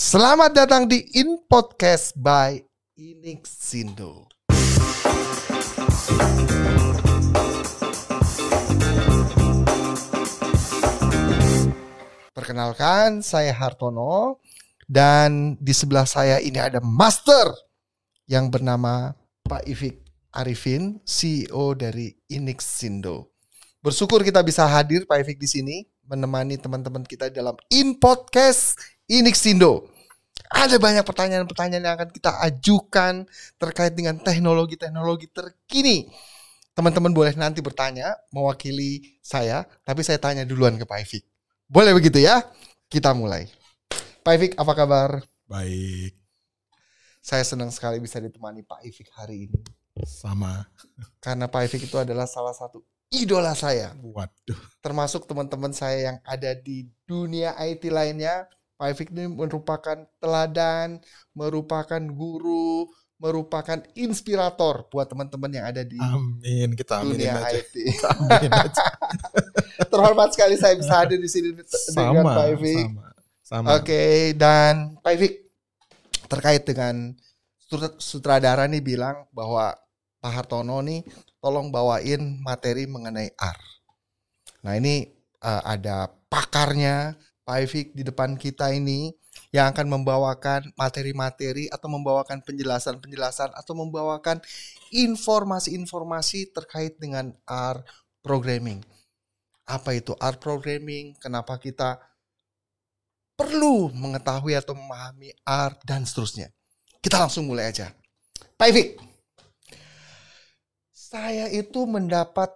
Selamat datang di In Podcast by Inixindo. Perkenalkan, saya Hartono dan di sebelah saya ini ada Master yang bernama Pak Ivik Arifin, CEO dari Inixindo. Bersyukur kita bisa hadir Pak Ivik di sini menemani teman-teman kita dalam In Podcast Inixindo. Ada banyak pertanyaan-pertanyaan yang akan kita ajukan terkait dengan teknologi-teknologi terkini. Teman-teman boleh nanti bertanya mewakili saya, tapi saya tanya duluan ke Pak Ivik. Boleh begitu ya? Kita mulai. Pak Ivik, apa kabar? Baik. Saya senang sekali bisa ditemani Pak Ivik hari ini. Sama. Karena Pak Ivik itu adalah salah satu idola saya. Waduh. Termasuk teman-teman saya yang ada di dunia IT lainnya. Pak Ivik ini merupakan teladan, merupakan guru, merupakan inspirator buat teman-teman yang ada di Amin, kita aminin dunia aja. IT. Kita aminin aja. Terhormat sekali saya bisa hadir di sini dengan Pak Ivik. Sama. Oke, dan Pak Ivik terkait dengan sutradara nih bilang bahwa Pak Hartono nih tolong bawain materi mengenai R. Nah ini ada pakarnya Pak Ivik di depan kita ini yang akan membawakan materi-materi atau membawakan penjelasan-penjelasan atau membawakan informasi-informasi terkait dengan R programming. Apa itu R programming? Kenapa kita perlu mengetahui atau memahami R dan seterusnya. Kita langsung mulai aja. Pak Ivik, saya itu mendapat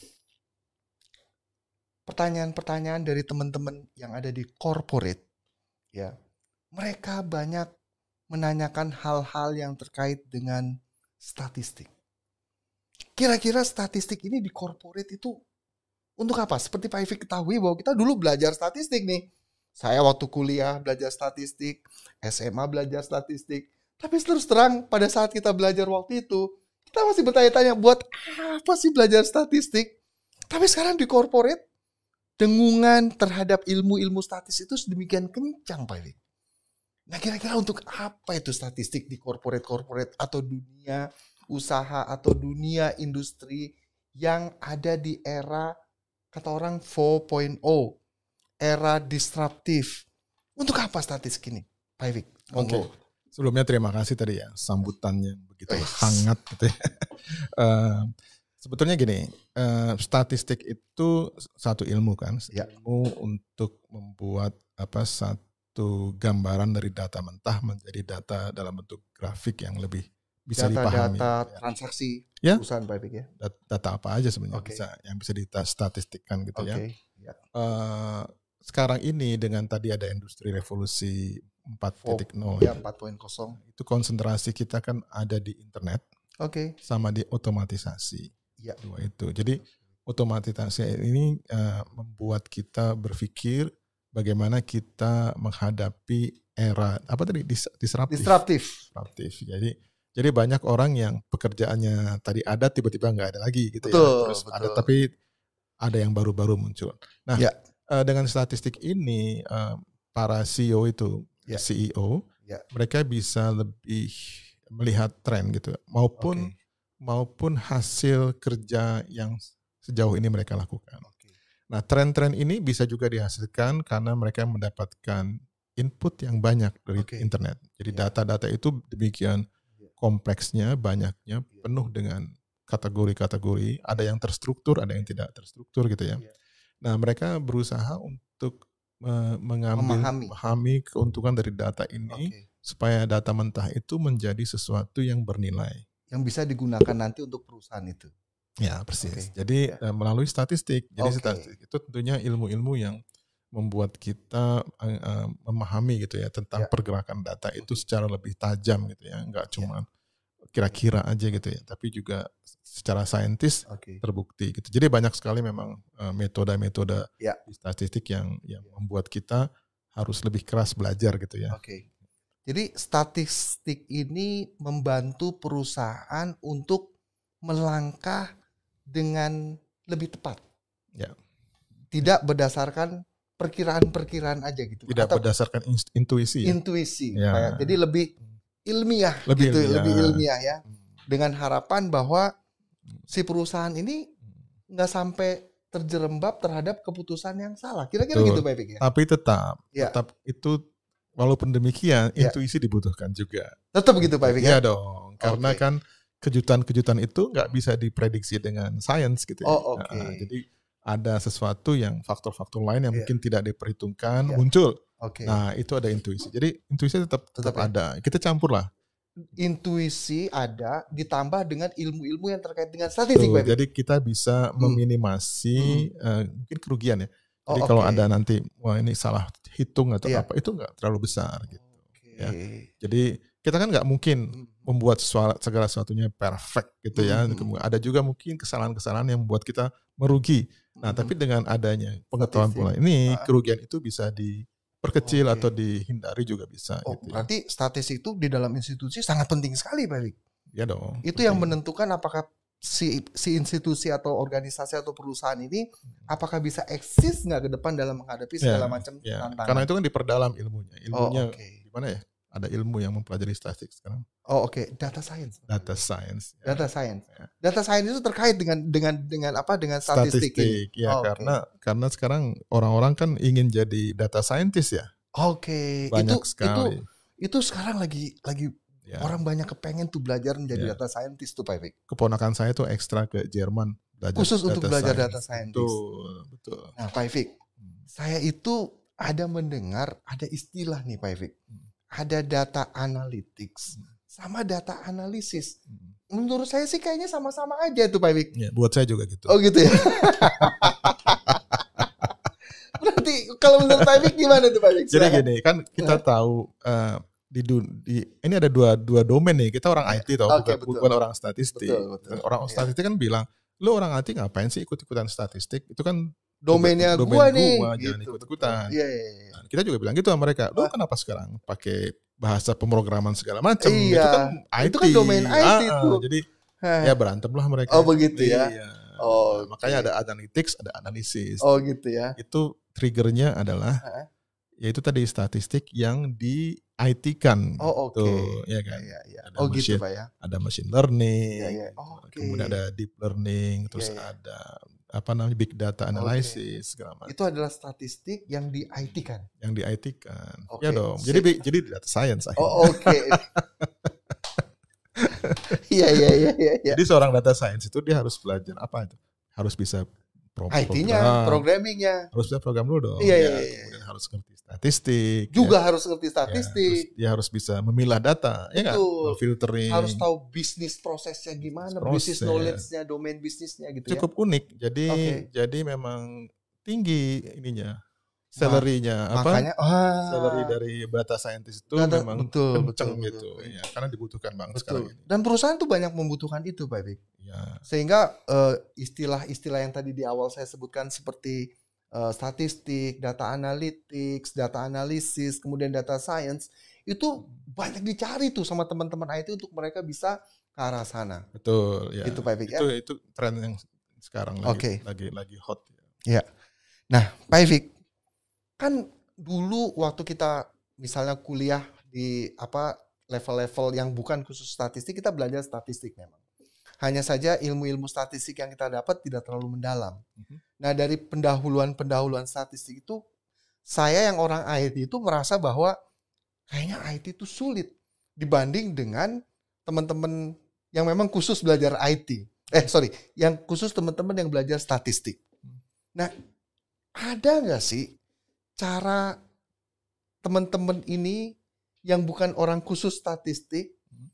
pertanyaan-pertanyaan dari teman-teman yang ada di corporate. Ya, mereka banyak menanyakan hal-hal yang terkait dengan statistik. Kira-kira statistik ini di corporate itu untuk apa? Seperti Pak Ivik ketahui bahwa kita dulu belajar statistik nih. Saya waktu kuliah belajar statistik, SMA belajar statistik. Tapi terus terang pada saat kita belajar waktu itu, kita masih bertanya-tanya buat apa sih belajar statistik? Tapi sekarang di corporate, dengungan terhadap ilmu-ilmu statistik itu sedemikian kencang Pak Ivik. Nah kira-kira untuk apa itu statistik di corporate atau dunia usaha atau dunia industri yang ada di era kata orang 4.0, era disruptif. Untuk apa statistik ini Pak Ivik? Oke. Sebelumnya terima kasih tadi ya sambutannya begitu hangat gitu ya. Sebetulnya gini, statistik itu satu ilmu kan, ilmu untuk membuat satu gambaran dari data mentah menjadi data dalam bentuk grafik yang lebih bisa dipahami. Data transaksi perusahaan Pak Ivik ya. Data apa aja sebenarnya yang bisa distatistikkan gitu ya. Sekarang ini dengan tadi ada industri revolusi 4.0 ya, 4.0 itu konsentrasi kita kan ada di internet, sama di otomatisasi. Ya. Dua itu. Jadi otomatisasi ini membuat kita berpikir bagaimana kita menghadapi era apa tadi disruptif. Jadi banyak orang yang pekerjaannya tadi ada tiba-tiba nggak ada lagi gitu. Terus betul. Ada tapi ada yang baru-baru muncul. Nah, dengan statistik ini para CEO itu CEO mereka bisa lebih melihat tren gitu maupun hasil kerja yang sejauh ini mereka lakukan. Nah, tren-tren ini bisa juga dihasilkan karena mereka mendapatkan input yang banyak dari internet. Jadi data-data itu demikian kompleksnya, banyaknya, penuh dengan kategori-kategori, ada yang terstruktur, ada yang tidak terstruktur gitu ya. Nah, mereka berusaha untuk memahami keuntungan dari data ini supaya data mentah itu menjadi sesuatu yang bernilai. Yang bisa digunakan nanti untuk perusahaan itu. Ya, persis. Jadi melalui statistik. Jadi statistik itu tentunya ilmu-ilmu yang membuat kita memahami gitu ya tentang pergerakan data itu secara lebih tajam gitu ya. Enggak cuma kira-kira aja gitu ya, tapi juga secara saintis terbukti gitu. Jadi banyak sekali memang metode-metode di statistik yang membuat kita harus lebih keras belajar gitu ya. Jadi statistik ini membantu perusahaan untuk melangkah dengan lebih tepat. Tidak berdasarkan perkiraan-perkiraan aja gitu. Tidak berdasarkan intuisi. Ya? Intuisi, jadi lebih ilmiah lebih ilmiah ya. Dengan harapan bahwa si perusahaan ini nggak sampai terjerembab terhadap keputusan yang salah. Kira-kira gitu Pak Epic ya. Tapi tetap itu walaupun demikian intuisi dibutuhkan juga. Tetap gitu Pak Epic ya. Iya dong, karena kan kejutan-kejutan itu nggak bisa diprediksi dengan sains gitu. Jadi ada sesuatu yang faktor-faktor lain yang mungkin tidak diperhitungkan muncul. Nah itu ada intuisi. Jadi intuisi tetap ada. Kita campur lah. Intuisi ada ditambah dengan ilmu-ilmu yang terkait dengan statistik. Jadi kita bisa meminimasi mungkin kerugian ya. Jadi kalau ada nanti wah ini salah hitung atau apa itu nggak terlalu besar gitu. Ya. Jadi kita kan nggak mungkin membuat segala sesuatunya perfect gitu ya. Ada juga mungkin kesalahan-kesalahan yang membuat kita merugi. Nah tapi dengan adanya pengetahuan pola ini kerugian itu bisa diperkecil atau dihindari juga bisa. Gitu berarti statistik itu di dalam institusi sangat penting sekali Pak Epic. Ya dong. Itu yang menentukan apakah si institusi atau organisasi atau perusahaan ini apakah bisa eksis nggak ke depan dalam menghadapi segala macam tantangan. Karena itu kan diperdalam ilmunya. Ilmunya gimana ya? Ada ilmu yang mempelajari statistik sekarang. Data science. Data science. Ya. Data science. Ya. Data science itu terkait dengan apa? Dengan statistik. Ya, karena sekarang orang-orang kan ingin jadi data scientist ya. Banyak sekali. Itu sekarang lagi orang banyak kepengen tuh belajar menjadi data scientist tuh Pak Epic. Keponakan saya tuh ekstra ke Jerman khusus untuk belajar data scientist. Betul. Nah, Pak Epic, saya itu ada mendengar ada istilah nih Pak Epic. Ada data analytics sama data analisis. Menurut saya sih kayaknya sama-sama aja tuh Pak Epic. Ya, buat saya juga gitu. Oh gitu ya. Berarti kalau menurut Pak Epic gimana tuh Pak Epic? Jadi gini, kan kita tahu ini ada dua domain nih. Kita orang IT bukan orang statistik. Betul. Orang statistik kan bilang, lu orang IT ngapain sih ikut-ikutan statistik? Itu kan domainnya gua nih. Jangan ikut-ikutan. Iya. Nah, kita juga bilang gitu sama mereka. Lu kenapa sekarang pakai bahasa pemrograman segala macam? Itu kan IT. Itu kan domain IT tuh. Jadi ya berantemlah mereka. Oh begitu ya. Makanya ada analytics, ada analisis. Oh gitu ya. Itu triggernya adalah yaitu tadi statistik yang di IT-kan. Ya kan. Ada gitu Pak ya. Ada machine learning. Kemudian ada deep learning, terus ada big data analysis segala macam. Itu adalah statistik yang di IT-kan. Yang di IT-kan. Ya dong. Jadi data science akhirnya. Iya. Jadi seorang data science itu dia harus belajar apa itu? Harus bisa IT-nya, programmingnya. Harus bisa program dulu dong. Iya. Kemudian harus ngerti statistik. Juga harus ngerti statistik. Dia harus bisa memilah data. Ya kan? Filtering. Harus tahu bisnis prosesnya gimana, bisnis knowledge-nya, domain bisnisnya gitu. Cukup unik. Jadi memang tinggi ininya. Salary-nya makanya salary dari data scientist itu memang kenceng gitu. Ya, karena dibutuhkan banget sekarang ini. Dan perusahaan tuh banyak membutuhkan itu Pak Epic. Sehingga istilah-istilah yang tadi di awal saya sebutkan seperti statistik, data analytics, data analisis, kemudian data science itu banyak dicari tuh sama teman-teman IT untuk mereka bisa ke arah sana. Betul ya. Itu Pak Epic ya. Itu tren yang sekarang lagi hot ya. Nah, Pak Epic, kan dulu waktu kita misalnya kuliah di level-level yang bukan khusus statistik, kita belajar statistik memang. Hanya saja ilmu-ilmu statistik yang kita dapat tidak terlalu mendalam. Nah, dari pendahuluan statistik itu, saya yang orang IT itu merasa bahwa kayaknya IT itu sulit dibanding dengan teman-teman yang memang khusus belajar IT. Yang khusus teman-teman yang belajar statistik. Nah, ada nggak sih cara teman-teman ini yang bukan orang khusus statistik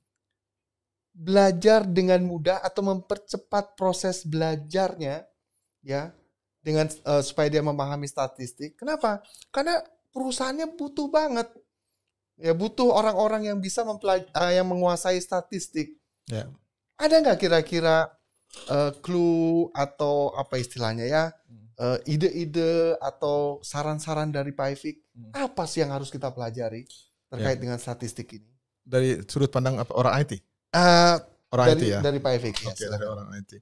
belajar dengan mudah atau mempercepat proses belajarnya ya dengan supaya dia memahami statistik. Kenapa? Karena perusahaannya butuh banget. Ya butuh orang-orang yang bisa yang menguasai statistik. Ya. Ada nggak kira-kira clue atau apa istilahnya ya? Ide-ide atau saran-saran dari Pak Epic, apa sih yang harus kita pelajari terkait dengan statistik ini? Dari sudut pandang orang IT? Orang IT ya? Dari Pak Epic. Dari orang IT.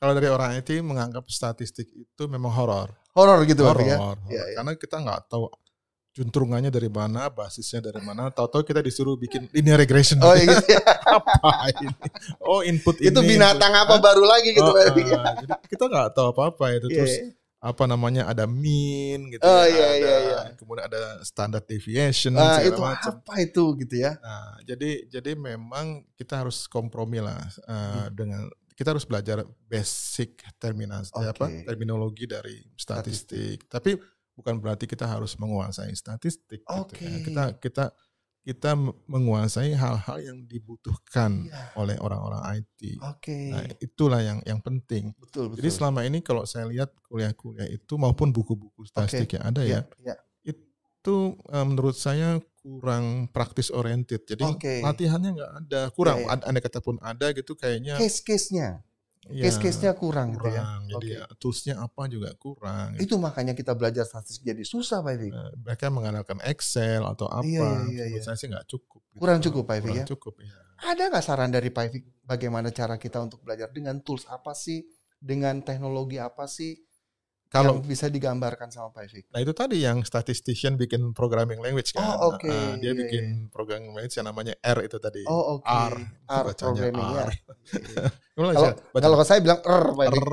Kalau dari orang IT menganggap statistik itu memang horor. Horor gitu Pak ya? Karena kita nggak tahu juntrungannya dari mana, basisnya dari mana. Tahu-tahu kita disuruh bikin linear regression. Oh iya. Apa ini? Oh input ini. Itu binatang apa baru lagi gitu Pak? Jadi kita nggak tahu apa-apa itu. Terus apa namanya, ada mean gitu iya. Kemudian ada standard deviation itu macam. Apa itu gitu ya. Nah, jadi memang kita harus kompromi lah dengan kita harus belajar basic terminologi dari statistik. Tapi bukan berarti kita harus menguasai statistik gitu ya. Kita menguasai hal-hal yang dibutuhkan oleh orang-orang IT. Nah, itulah yang penting. Betul. Jadi selama ini kalau saya lihat kuliah-kuliah itu maupun buku-buku statistik yang ada itu menurut saya kurang praktis oriented. Jadi latihannya nggak ada, kurang. Andai kata pun ada gitu kayaknya. Case-nya kurang gitu ya. Jadi toolsnya apa juga kurang. Itu makanya kita belajar statistik jadi susah Pak Ifik. Mereka mengandalkan Excel atau apa. Menurut saya sih nggak cukup. Kurang cukup Pak Ifik ya. Cukup ya. Ada nggak saran dari Pak Ifik bagaimana cara kita untuk belajar dengan tools apa sih, dengan teknologi apa sih kalau yang bisa digambarkan sama Pak Ifik? Nah itu tadi yang statistician bikin programming language kan. Dia bikin programming language yang namanya R itu tadi. R programming R. Kalau saya bilang R, Pak Ifik.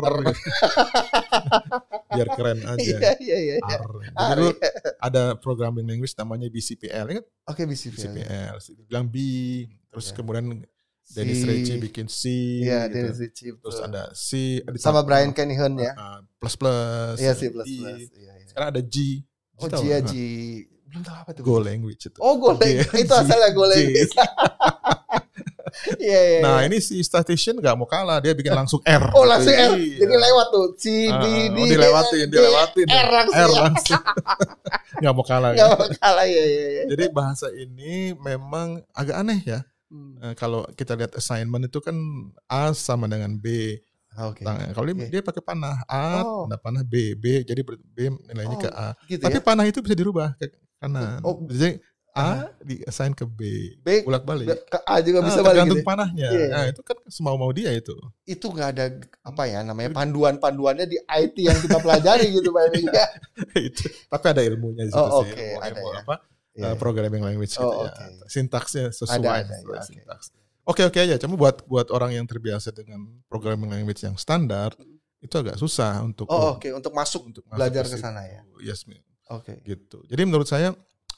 Biar keren aja. Iya. R. Jadi dulu ada programming language namanya BCPL, ingat? BCPL. Bilang B, terus kemudian Dennis Ritchie bikin C. Iya, gitu. Dennis Ritchie. Terus ada C. Sama Brian Kenihan ya. Plus. Iya, C++. Sekarang ada G. G. Belum tahu apa itu. Go language itu. Go language. Itu asalnya Go language. Iya. Nah ini si statistician gak mau kalah, dia bikin langsung R. Langsung R. Jadi lewat tuh C, B, D. Dilewatin. R langsung. Gak mau kalah. Iya. Jadi bahasa ini memang agak aneh ya. Kalau kita lihat assignment itu kan A sama dengan B. Nah, kalau dia pakai panah A, panah B, jadi B nilainya ke A. Gitu tapi panah itu bisa dirubah ke kanan. Jadi A di-assign ke B, bolak-balik. Ke A juga bisa balik. Tergantung panahnya. Nah, itu kan semau-mau dia itu. Itu nggak ada namanya panduannya di IT yang kita pelajari gitu Pak. Tapi ada ilmunya di situ sih. Ilmu apa? Programming language gitu ya. Sintaksnya sesuai. Sintaks. Oke aja. Cuma buat orang yang terbiasa dengan programming language yang standar itu agak susah untuk untuk masuk belajar ke sana ya. Yes, gitu. Jadi menurut saya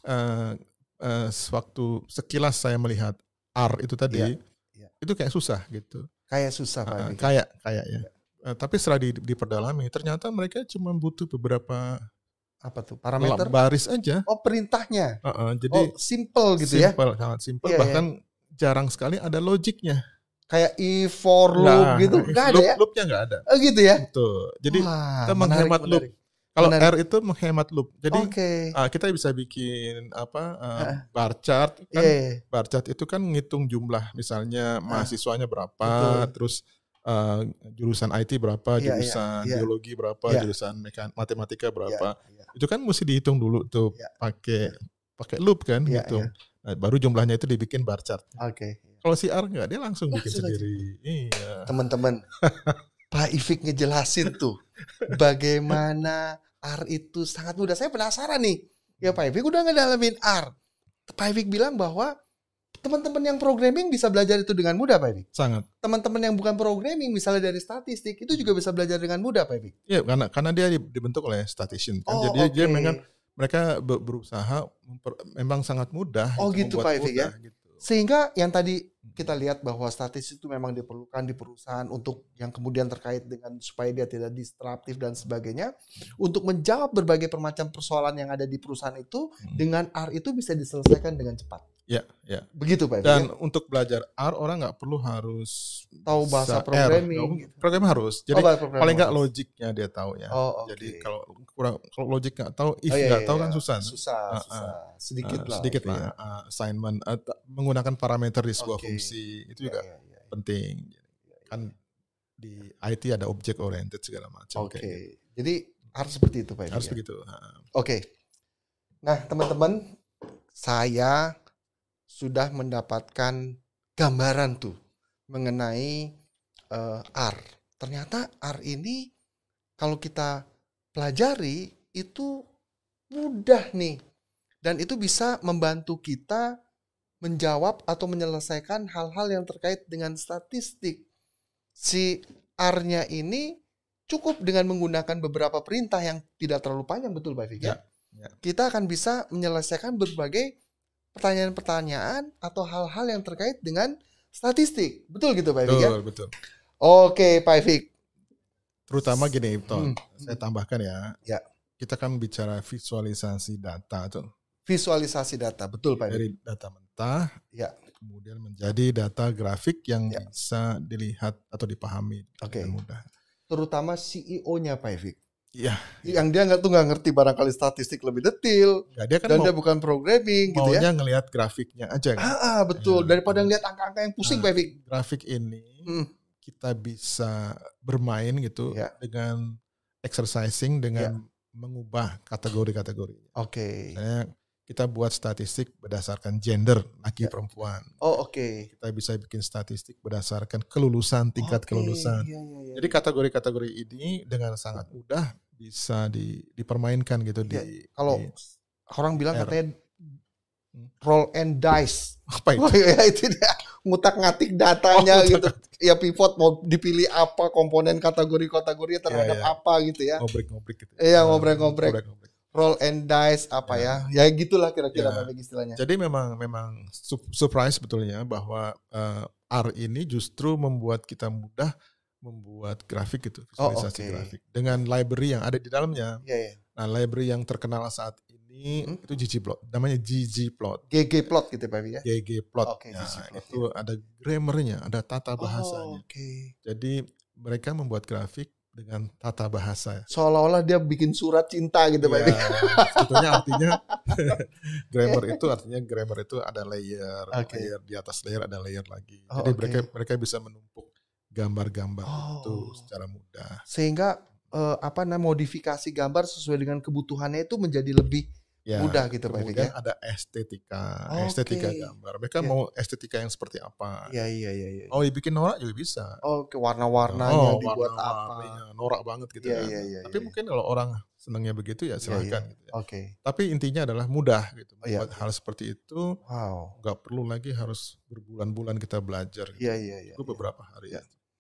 sewaktu sekilas saya melihat R itu tadi itu kayak susah gitu. Kayak susah Pak. Kayak ya. Tapi setelah diperdalami ternyata mereka cuma butuh beberapa parameter baris aja. Perintahnya. Jadi simple gitu ya. Sangat simple. Bahkan jarang sekali ada logiknya. Kayak if, for, loop gitu. Nggak ada ya? Loopnya nggak ada. Gitu ya? Betul. Jadi kita menghemat loop. Kalau R itu menghemat loop. Jadi kita bisa bikin bar chart. Bar chart itu kan ngitung jumlah. Misalnya mahasiswanya berapa. Terus jurusan IT berapa, jurusan biologi berapa, jurusan matematika berapa. Itu kan mesti dihitung dulu tuh pakai loop kan gitu. Nah, baru jumlahnya itu dibikin bar chart. Kalau si R enggak, dia langsung bikin sendiri. Iya. Teman-teman, Pak Ifik ngejelasin tuh bagaimana R itu sangat mudah. Saya penasaran nih. Ya Pak Ifik udah ngedalamin R. Pak Ifik bilang bahwa teman-teman yang programming bisa belajar itu dengan mudah, Pak Ifik. Sangat. Teman-teman yang bukan programming, misalnya dari statistik, itu juga bisa belajar dengan mudah, Pak Ifik. Iya, karena dia dibentuk oleh statistician. Jadi dia mereka berusaha memang sangat mudah. Gitu Pak Ifik ya. Gitu. Sehingga yang tadi kita lihat bahwa statistik itu memang diperlukan di perusahaan untuk yang kemudian terkait dengan supaya dia tidak disruptif dan sebagainya. Untuk menjawab berbagai macam persoalan yang ada di perusahaan itu, dengan R itu bisa diselesaikan dengan cepat. Ya. Begitu Pak. Dan untuk belajar R orang nggak perlu harus tahu bahasa programming. Programming harus. Jadi paling nggak logiknya dia tahu ya. Jadi kalau logik nggak tahu, if nggak tahu kan susah. Sedikit lah. Assignment menggunakan parameter di sebuah fungsi itu juga penting. Kan di IT ada object oriented segala macam. Jadi harus seperti itu Pak. Harus begitu. Nah teman-teman, saya sudah mendapatkan gambaran tuh mengenai R. ternyata R ini kalau kita pelajari itu mudah nih. Dan itu bisa membantu kita menjawab atau menyelesaikan hal-hal yang terkait dengan statistik. Si R-nya ini cukup dengan menggunakan beberapa perintah yang tidak terlalu panjang, betul Pak Fik? Ya. Kita akan bisa menyelesaikan berbagai pertanyaan-pertanyaan atau hal-hal yang terkait dengan statistik. Betul gitu Pak Fik? Betul. Oke Pak Fik. Terutama gini, saya tambahkan ya. Kita kan bicara visualisasi data tuh. Visualisasi data, betul Pak. Dari data mentah, kemudian menjadi data grafik yang bisa dilihat atau dipahami dengan mudah. Terutama CEO-nya Pak Fik. Iya. Yang dia nggak ngerti barangkali statistik lebih detail. Dia kan dia bukan programming gitu ya. Maunya ngelihat grafiknya aja. Kan? Betul. Daripada ngelihat angka-angka yang pusing Pak Fik. Grafik ini kita bisa bermain gitu dengan exercising dengan mengubah kategori-kategori. Misalnya kita buat statistik berdasarkan gender laki perempuan. Kita bisa bikin statistik berdasarkan kelulusan, tingkat kelulusan. Jadi kategori-kategori ini dengan sangat mudah bisa dipermainkan gitu kalau orang bilang katanya roll and dice. Apa itu? Itu dia ngutak-ngatik datanya gitu. Ya pivot mau dipilih apa komponen kategori-kategorinya terhadap apa gitu ya. Ngobrek-ngobrek gitu. Iya, ngobrek-ngobrek. Roll and dice apa ya. Ya gitulah kira-kira istilahnya. Jadi memang surprise sebetulnya bahwa R ini justru membuat kita mudah membuat grafik gitu, visualisasi grafik dengan library yang ada di dalamnya. Nah, library yang terkenal saat ini itu ggplot, namanya ggplot. ggplot gitu Pak ya. ggplot. Itu ada grammarnya, ada tata bahasanya. Jadi mereka membuat grafik dengan tata bahasa. Seolah-olah dia bikin surat cinta gitu Pak. Sebetulnya artinya grammar itu ada layer, layer di atas layer ada layer lagi. Jadi mereka bisa menumpuk gambar-gambar itu secara mudah. Sehingga modifikasi gambar sesuai dengan kebutuhannya itu menjadi lebih mudah gitu Pak. Kemudian ada estetika gambar. Mereka mau estetika yang seperti apa? Iya. Oh, dibikin norak juga bisa. Warna-warnanya dibuat apa? Norak banget gitu kan. Tapi mungkin kalau orang senangnya begitu ya silakan. Gitu ya. Tapi intinya adalah mudah gitu. Buat hal seperti itu, nggak perlu lagi harus berbulan-bulan kita belajar. Gitu. Itu beberapa hari.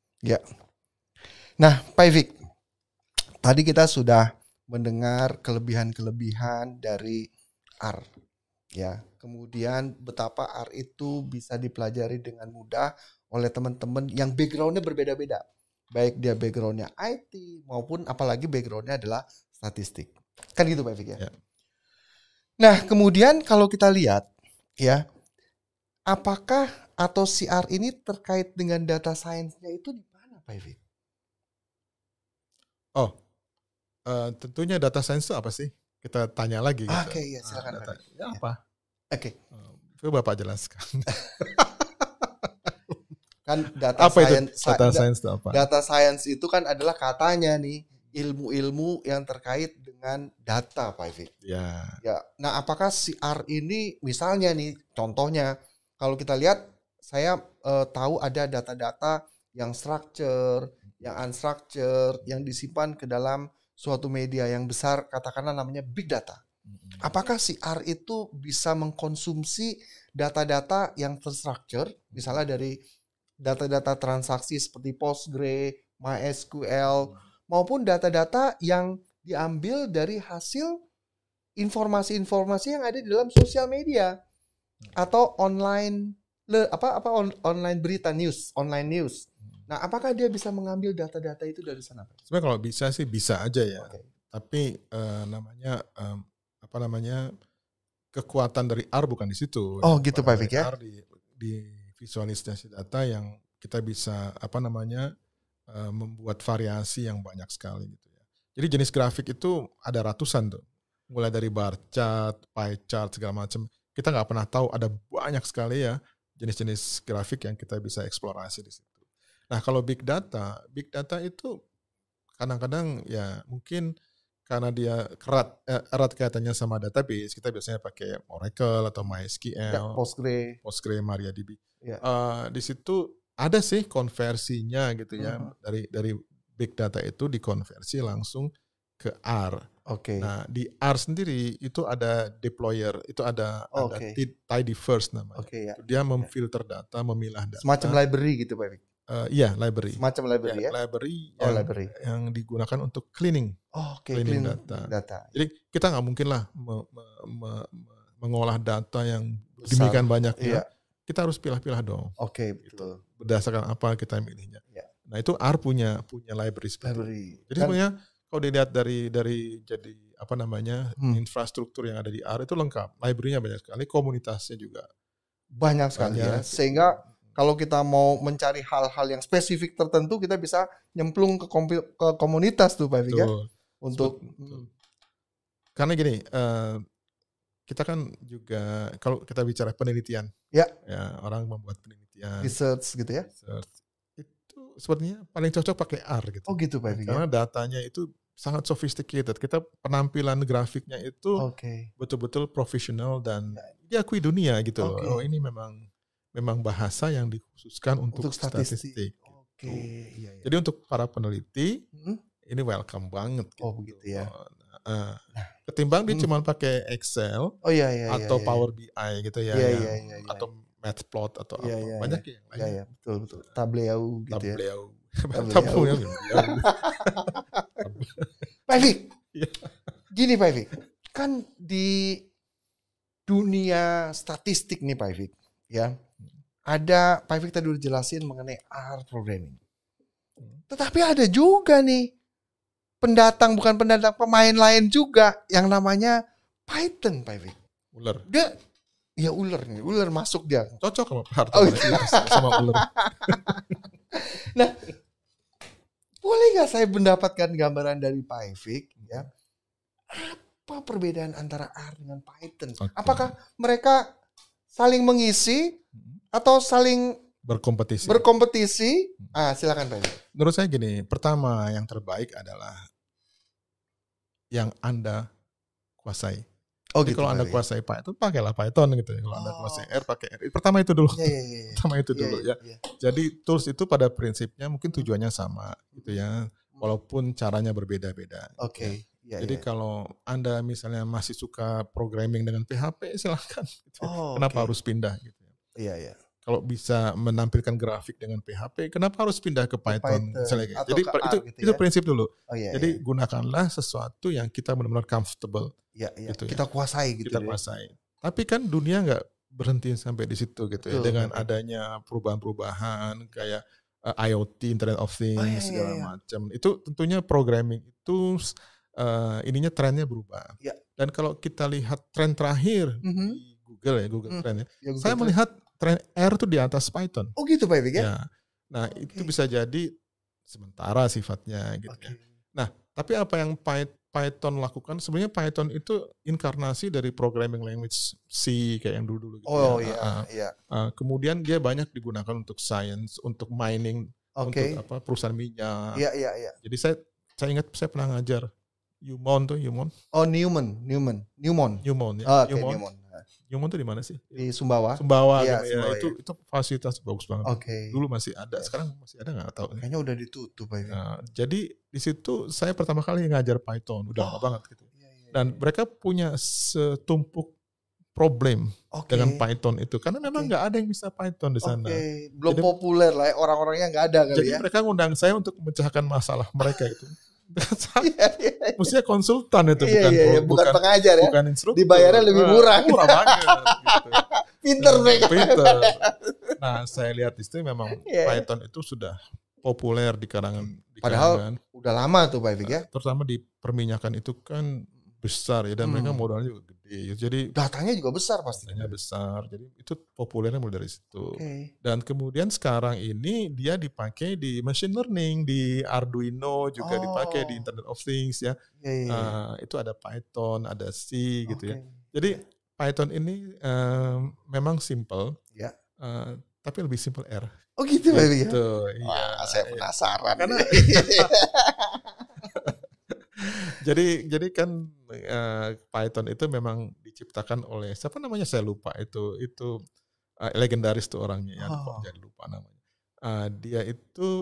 Nah, Pak Fik, tadi kita sudah mendengar kelebihan-kelebihan dari R, ya. Kemudian betapa R itu bisa dipelajari dengan mudah oleh teman-teman yang backgroundnya berbeda-beda, baik dia backgroundnya IT maupun apalagi backgroundnya adalah statistik, kan gitu Pak Fik ya. Nah, kemudian kalau kita lihat, ya, apakah atau si R ini terkait dengan data science-nya itu di mana Pak Fik? Tentunya data science itu apa sih? Kita tanya lagi. Gitu. Silakan. Apa? Coba Bapak jelaskan. Kan data science itu apa? Data science itu kan adalah katanya nih ilmu-ilmu yang terkait dengan data, Pak Fik. Ya. Nah, apakah si R ini misalnya nih contohnya kalau kita lihat saya tahu ada data-data yang structure, yang unstructured, yang disimpan ke dalam suatu media yang besar, katakanlah namanya big data. Apakah si R itu bisa mengkonsumsi data-data yang terstruktur, misalnya dari data-data transaksi seperti Postgre, MySQL, maupun data-data yang diambil dari hasil informasi-informasi yang ada di dalam sosial media atau online berita news, online news. Nah, apakah dia bisa mengambil data-data itu dari sana? Sebenarnya kalau bisa sih bisa aja ya. Tapi kekuatan dari R bukan di situ. Gitu Pak Fik ya. R di visualisasi data yang kita bisa membuat variasi yang banyak sekali gitu ya. Jadi jenis grafik itu ada ratusan tuh. Mulai dari bar chart, pie chart segala macam. Kita nggak pernah tahu, ada banyak sekali ya jenis-jenis grafik yang kita bisa eksplorasi di situ. Nah, kalau big data itu kadang-kadang ya mungkin karena dia erat kaitannya sama database, kita biasanya pakai Oracle atau MySQL, Postgre, MariaDB. Di situ ada sih konversinya gitu ya, dari big data itu dikonversi langsung ke R. Oke. Nah, di R sendiri itu ada deployer, itu ada tidyverse namanya. Oke, ya. Dia memfilter data, memilah data. Semacam library gitu, Pak Erik? Iya, library. Semacam library ya? Library yang digunakan untuk cleaning. Cleaning data. Jadi kita nggak mungkin lah mengolah data yang demikian banyaknya. Kita harus pilah-pilah dong. Oke, betul. Berdasarkan apa kita milihnya. Ya. Nah, itu R punya library seperti itu. Jadi sebenarnya kalau dilihat dari jadi apa namanya infrastruktur yang ada di R itu lengkap. Library-nya banyak sekali, komunitasnya juga banyak sekali ya. Sehingga kalau kita mau mencari hal-hal yang spesifik tertentu, kita bisa nyemplung ke komunitas tuh, Pak Erik ya. Untuk karena gini, kita kan juga kalau kita bicara penelitian, ya orang membuat penelitian, research gitu ya. Itu sepertinya paling cocok pakai R gitu. Oh gitu, Pak Erik. Karena datanya itu sangat sophisticated. Kita penampilan grafiknya itu betul-betul profesional dan diakui dunia gitu loh. Oh, ini memang bahasa yang dikhususkan untuk statistik. Iya. Jadi untuk para peneliti ini welcome banget. Gitu. Oh begitu ya. Ketimbang dia cuma pakai Excel atau Power BI gitu ya, atau Matplot atau apa banyak yang lain. Iya, betul. Tableau gitu ya. Tableau. Pak Erik, gini Pak Erik, kan di dunia statistik nih Pak Erik, ya ada Pak Erik tadi udah jelasin mengenai R programming. Tetapi ada juga nih pemain lain juga yang namanya Python, Pak Erik. Ular. Dia ular masuk dia. Cocok sama Harta sama ular. Nah, boleh nggak saya mendapatkan gambaran dari Pak Erik ya? Apa perbedaan antara R dengan Python? Apakah mereka saling mengisi atau saling berkompetisi? Silakan Pak Erik. Menurut saya gini, pertama yang terbaik adalah yang Anda kuasai. Jadi kalau Anda kuasai Python, pakailah Python gitu ya. Kalau Anda kuasai R, pakai R. Pertama itu dulu. Jadi tools itu pada prinsipnya mungkin tujuannya sama gitu ya. Walaupun caranya berbeda-beda. Jadi kalau Anda misalnya masih suka programming dengan PHP, silakan. Gitu. Kenapa harus pindah gitu ya. Iya. Kalau bisa menampilkan grafik dengan PHP, kenapa harus pindah ke Python? Misalnya, jadi itu prinsip dulu. Jadi gunakanlah sesuatu yang kita benar-benar comfortable. Gitu kita kuasai gitu. Kuasai. Tapi kan dunia nggak berhenti sampai di situ gitu ya. Dengan adanya perubahan-perubahan kayak IoT, Internet of Things segala macam. Itu tentunya programming itu trennya berubah. Dan kalau kita lihat tren terakhir di Google Trend ya. Saya melihat tren R itu di atas Python. Oh gitu Pak Erik ya? Nah itu bisa jadi sementara sifatnya gitu ya. Nah tapi apa yang Python lakukan, sebenarnya Python itu inkarnasi dari programming language C kayak yang dulu-dulu gitu kemudian dia banyak digunakan untuk science, untuk mining, untuk perusahaan minyak. Jadi saya ingat saya pernah ngajar Newmont. Oh Newmont. Newmont itu di mana sih? Di Sumbawa. Sumbawa itu fasilitas bagus banget. Dulu masih ada, sekarang masih ada nggak tahu. Kayaknya udah ditutup Pak. Jadi di situ saya pertama kali ngajar Python, udah lama banget gitu. Dan mereka punya setumpuk problem dengan Python itu karena memang nggak ada yang bisa Python di sana. Belum populer lah, orang-orangnya nggak ada kali. Jadi mereka ngundang saya untuk memecahkan masalah mereka itu. Mestinya konsultan itu bukan pengajar ya. Bukan instruktur. Dibayarnya lebih murah. Murah banget. Gitu. Pinter mereka. Nah, saya lihat di situ memang Python itu sudah populer di kalangan. Padahal udah lama tuh Pak Erik ya. Terutama di perminyakan itu kan besar ya, dan mereka modalnya juga gede. Jadi datanya juga besar pasti. Datanya besar. Jadi itu populernya mulai dari situ. Dan kemudian sekarang ini dia dipakai di machine learning, di Arduino juga dipakai di Internet of Things ya. Itu ada Python, ada C gitu ya. Jadi Python ini memang simple. Tapi lebih simple R. Oh gitu Pak Erik ya. Wah, saya penasaran. Karena jadi kan Python itu memang diciptakan oleh siapa namanya, saya lupa, itu legendaris tuh orangnya ya, kok jadi lupa namanya. Dia itu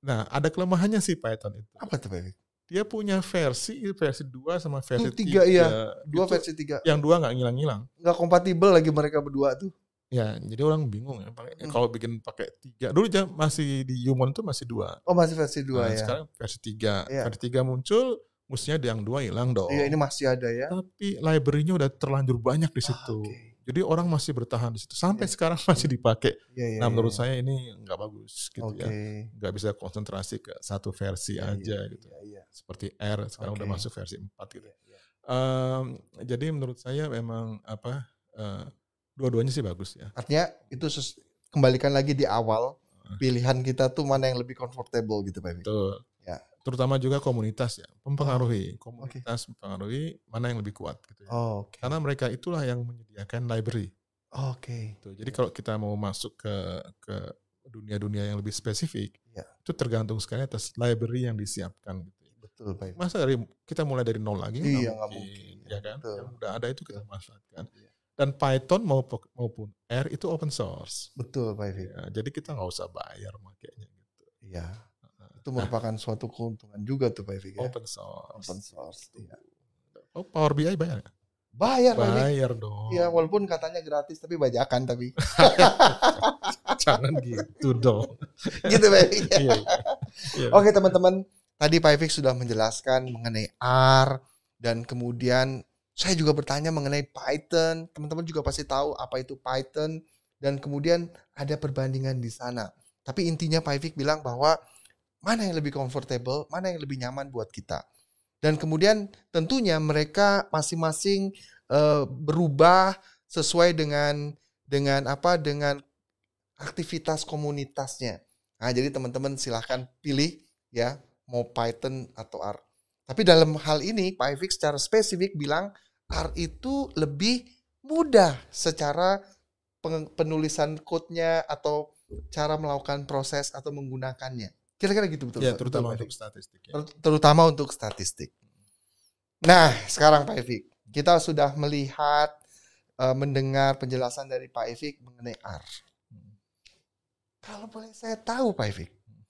Nah, ada kelemahannya sih Python itu. Apa tuh Pak Ifik? Dia punya versi 2 sama versi 3. Iya. 2 versi 3. Yang 2 nggak ngilang-ngilang. Nggak kompatibel lagi mereka berdua tuh. Ya, jadi orang bingung ya. Kalau bikin pakai 3. Dulu masih di Umon tuh masih 2. Oh, masih versi 2 ya. Sekarang versi 3. Iya. Versi 3 muncul, mestinya yang 2 hilang dong. Iya, ini masih ada ya. Tapi library-nya udah terlanjur banyak di situ. Jadi orang masih bertahan di situ. Sampai sekarang masih dipakai. Nah, menurut saya ini nggak bagus gitu ya. Nggak bisa konsentrasi ke satu versi aja gitu. Seperti R sekarang udah masuk versi 4 gitu. Jadi menurut saya memang dua-duanya sih bagus ya. Artinya itu kembalikan lagi di awal, pilihan kita tuh mana yang lebih comfortable gitu Pak Ifik. Betul. Ya. Terutama juga komunitas ya, mempengaruhi. Komunitas mempengaruhi mana yang lebih kuat gitu ya. Karena mereka itulah yang menyediakan library. Jadi kalau kita mau masuk ke dunia-dunia yang lebih spesifik, itu tergantung sekali atas library yang disiapkan gitu. Betul, Pak. Masa kita mulai dari nol lagi? Iya, nggak mungkin. Ya kan? Yang udah ada itu kita manfaatkan. Dan Python maupun R itu open source. Betul, Pak Ifik. Ya, jadi kita nggak usah bayar makanya gitu. Iya. Itu merupakan suatu keuntungan juga tuh Pak Ifik ya. Open source. Iya. Oh, Power BI bayar ya? Bayar dong. Iya, walaupun katanya gratis tapi bajakan tapi. Jangan gitu dong. Gitu Pak Ifik. Iya. Oke teman-teman, tadi Pak Ifik sudah menjelaskan mengenai R dan kemudian saya juga bertanya mengenai Python. Teman-teman juga pasti tahu apa itu Python dan kemudian ada perbandingan di sana. Tapi intinya Pak Ifik bilang bahwa mana yang lebih comfortable, mana yang lebih nyaman buat kita. Dan kemudian tentunya mereka masing-masing berubah sesuai dengan aktivitas komunitasnya. Nah, jadi teman-teman silahkan pilih ya mau Python atau R. Tapi dalam hal ini Pak Ifik secara spesifik bilang R itu lebih mudah secara penulisan code-nya atau cara melakukan proses atau menggunakannya. Kira-kira gitu betul. Ya, terutama untuk statistik. Ya. Terutama untuk statistik. Nah, sekarang Pak Ifik, kita sudah melihat, mendengar penjelasan dari Pak Ifik mengenai R. Kalau boleh saya tahu Pak Ifik,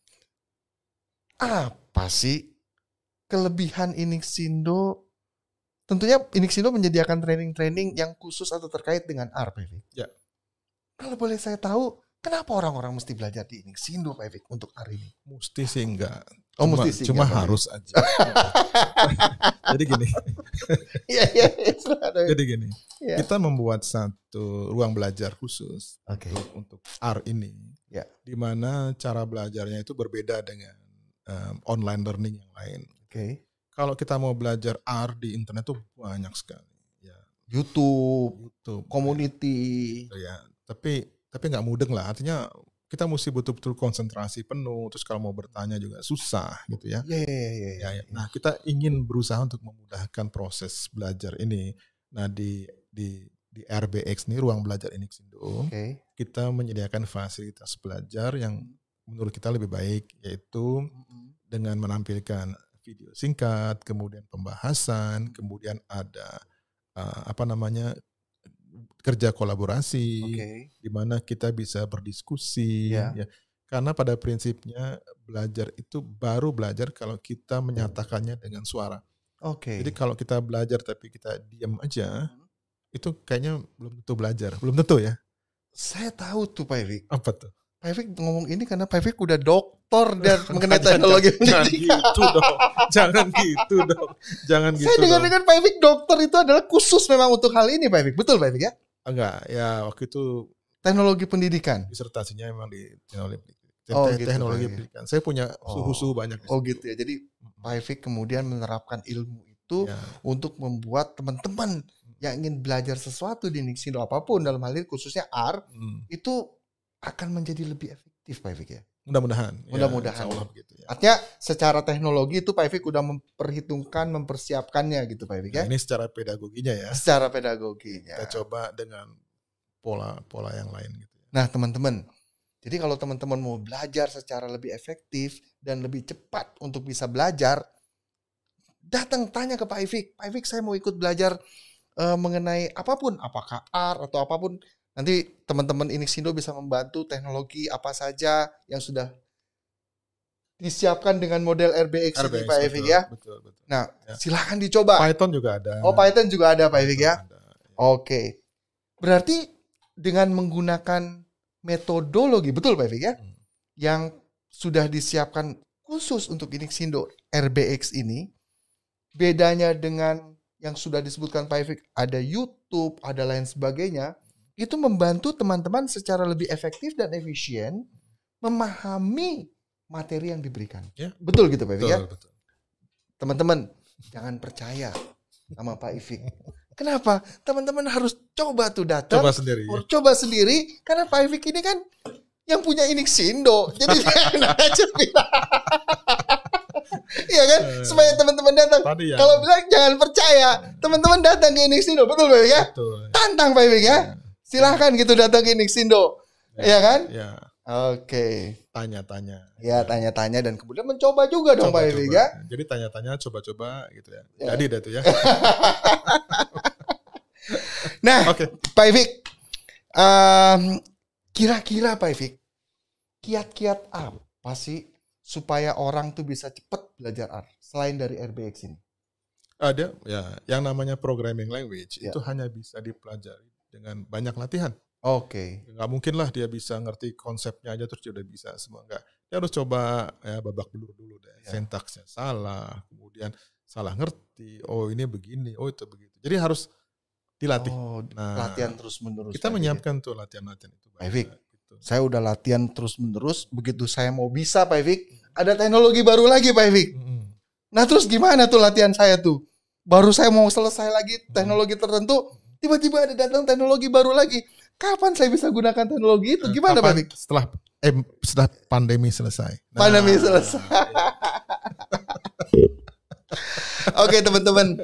apa sih kelebihan Inixindo? Tentunya Inixindo menyediakan training-training yang khusus atau terkait dengan R, Pak Ifik. Ya. Kalau boleh saya tahu, kenapa orang-orang mesti belajar di Inixindo, Pak Ifik, untuk R ini? Mesti sih enggak. Cuma harus aja. Jadi gini. Iya. Jadi gini. Ya. Kita membuat satu ruang belajar khusus untuk R ini. Ya. Di mana cara belajarnya itu berbeda dengan online learning yang lain. Kalau kita mau belajar R di internet tuh banyak sekali. Ya. YouTube, community. Ya. Tapi nggak mudeng lah. Artinya kita mesti betul-betul konsentrasi penuh. Terus kalau mau bertanya juga susah gitu ya. Iya. Nah, kita ingin berusaha untuk memudahkan proses belajar ini. Nah, di RBX ini, ruang belajar Inixindo, kita menyediakan fasilitas belajar yang menurut kita lebih baik, yaitu dengan menampilkan video singkat, kemudian pembahasan, kemudian ada kerja kolaborasi, di mana kita bisa berdiskusi. Ya. Karena pada prinsipnya belajar itu baru belajar kalau kita menyatakannya dengan suara. Jadi kalau kita belajar tapi kita diam aja, itu kayaknya belum tentu belajar. Belum tentu ya. Saya tahu tuh Pak Ifik. Apa tuh? Pak Ifik ngomong ini karena Pak Ifik udah doktor dan mengenai teknologi pendidikan. Jangan gitu dong. Saya dengar Pak Ifik dokter itu adalah khusus memang untuk hal ini Pak Ifik. Betul Pak Ifik ya? Enggak, ya waktu itu teknologi pendidikan. Disertasinya memang di teknologi pendidikan. Saya punya suhu-suhu banyak. Gitu ya. Jadi Pak Ifik kemudian menerapkan ilmu itu untuk membuat teman-teman yang ingin belajar sesuatu di Inixindo apapun dalam hal ini khususnya R itu akan menjadi lebih efektif Pak Ifik ya. Mudah-mudahan. Ya. Artinya secara teknologi itu Pak Ifik udah mempersiapkannya gitu Pak Ifik ya. Ini secara pedagoginya ya. Secara pedagoginya. Kita coba dengan pola yang lain gitu. Nah teman-teman, jadi kalau teman-teman mau belajar secara lebih efektif dan lebih cepat untuk bisa belajar, datang tanya ke Pak Ifik. Pak Ifik saya mau ikut belajar mengenai apapun, apakah R atau apapun. Nanti teman-teman Inixindo bisa membantu teknologi apa saja yang sudah disiapkan dengan model RBX ini Pak Efik ya. Betul. Nah, silakan dicoba. Python juga ada. Oh, Python juga ada Pak Efik ya. Ada. Oke. Berarti dengan menggunakan metodologi, betul Pak Efik ya, yang sudah disiapkan khusus untuk Inixindo RBX ini, bedanya dengan yang sudah disebutkan Pak Efik, ada YouTube, ada lain sebagainya, itu membantu teman-teman secara lebih efektif dan efisien memahami materi yang diberikan. Ya. Betul gitu Pak Efik ya? Betul. Teman-teman, jangan percaya sama Pak Efik. Kenapa? Teman-teman harus coba tuh datang. Coba sendiri. Karena Pak Efik ini kan yang punya Inixindo. Jadi enak aja bilang. Iya kan? Supaya teman-teman datang. Ya. Kalau bilang jangan percaya, teman-teman datang ke Inixindo. Betul Pak Efik ya? Betul. Tantang Pak Efik ya? Silahkan gitu datang ke Inixindo. Iya kan? Ya. Oke. Tanya-tanya. Ya, tanya-tanya dan kemudian mencoba juga dong Pak Efik ya. Jadi tanya-tanya, coba-coba gitu ya. Jadi dah tuh ya. Nah, Pak Efik, kira-kira Pak Efik, kiat-kiat apa sih supaya orang tuh bisa cepat belajar R selain dari RBX ini? Ada ya, yang namanya programming language itu hanya bisa dipelajari dengan banyak latihan. Oke. Nggak mungkin lah dia bisa ngerti konsepnya aja terus dia udah bisa semua. Nggak. Dia harus coba ya babak belur dulu deh. Sintaksnya salah, kemudian salah ngerti. Oh ini begini, oh itu begitu. Jadi harus dilatih. Latihan terus-menerus. Kita menyiapkan tuh latihan-latihan itu. Pak Efik, gitu. Saya udah latihan terus-menerus. Begitu saya mau bisa Pak Efik, ada teknologi baru lagi Pak Efik. Nah terus gimana tuh latihan saya tuh? Baru saya mau selesai lagi teknologi tertentu, tiba-tiba ada datang teknologi baru lagi. Kapan saya bisa gunakan teknologi itu? Gimana Pak Efik? Setelah pandemi selesai. Pandemi selesai. Oke teman-teman,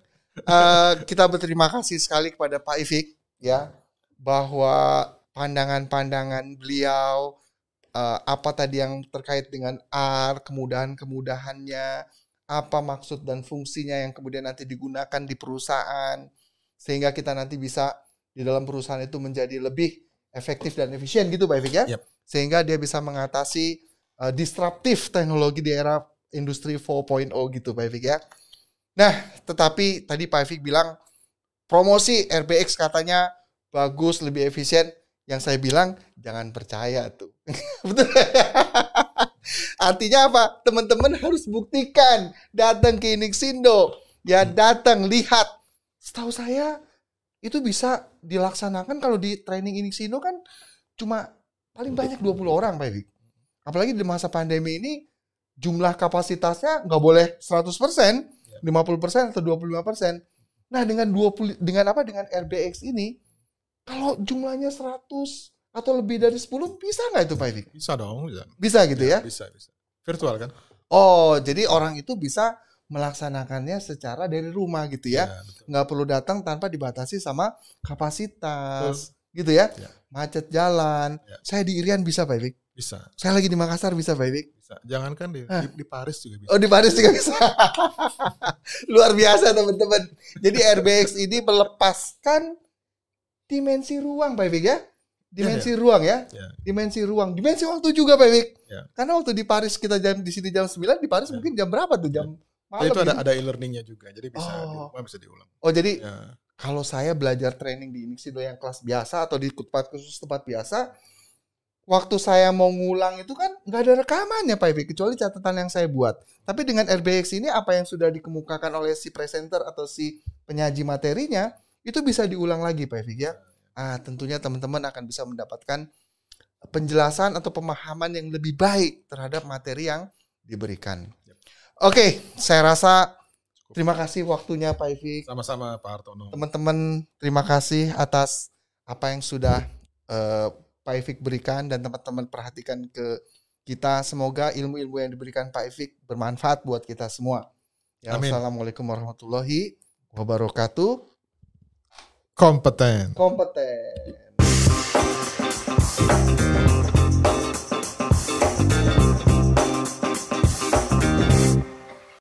kita berterima kasih sekali kepada Pak Efik ya, bahwa pandangan-pandangan beliau, apa tadi yang terkait dengan R, kemudahan-kemudahannya, apa maksud dan fungsinya yang kemudian nanti digunakan di perusahaan, sehingga kita nanti bisa di dalam perusahaan itu menjadi lebih efektif dan efisien gitu Pak Efik ya. Sehingga dia bisa mengatasi disruptif teknologi di era industri 4.0 gitu Pak Efik ya. Nah, tetapi tadi Pak Efik bilang promosi RBX katanya bagus, lebih efisien. Yang saya bilang jangan percaya tuh. Betul. Artinya apa? Teman-teman harus buktikan, datang ke Inixindo, ya datang lihat. Setahu saya itu bisa dilaksanakan kalau di training Inixindo kan cuma paling banyak 20 orang Pak Efik. Apalagi di masa pandemi ini jumlah kapasitasnya nggak boleh 100%, 50% atau 25%. Nah, dengan dengan RBX ini kalau jumlahnya 100 atau lebih dari 10 bisa nggak itu Pak Efik? Bisa dong. Bisa gitu ya? Bisa. Virtual kan? Oh, jadi orang itu bisa melaksanakannya secara dari rumah gitu ya. Nggak perlu datang tanpa dibatasi sama kapasitas. Gitu ya? Macet jalan. Saya di Irian bisa Pak Efik? Bisa. Saya lagi di Makassar bisa Pak Efik? Bisa. Jangankan di Paris juga bisa. Oh, di Paris juga bisa. Luar biasa teman-teman. Jadi RBX ini melepaskan dimensi ruang Pak Efik ya. Dimensi ruang ya. Dimensi ruang. Dimensi waktu juga Pak Efik. Karena waktu di Paris kita di sini jam 9, di Paris mungkin jam berapa tuh? Jam malam. Itu ada e-learningnya juga. Jadi bisa di rumah bisa diulang. Oh, jadi kalau saya belajar training di Inixindo yang kelas biasa atau di tempat khusus tempat biasa, waktu saya mau ngulang itu kan nggak ada rekamannya Pak Efik, kecuali catatan yang saya buat. Tapi dengan RBX ini apa yang sudah dikemukakan oleh si presenter atau si penyaji materinya itu bisa diulang lagi Pak Efik ya. Tentunya teman-teman akan bisa mendapatkan penjelasan atau pemahaman yang lebih baik terhadap materi yang diberikan. Oke, saya rasa terima kasih waktunya Pak Efik. Sama-sama Pak Hartono. Teman-teman terima kasih atas apa yang sudah Pak Efik berikan dan teman-teman perhatikan ke kita. Semoga ilmu-ilmu yang diberikan Pak Efik bermanfaat buat kita semua. Ya, Assalamualaikum warahmatullahi wabarakatuh. Kompeten.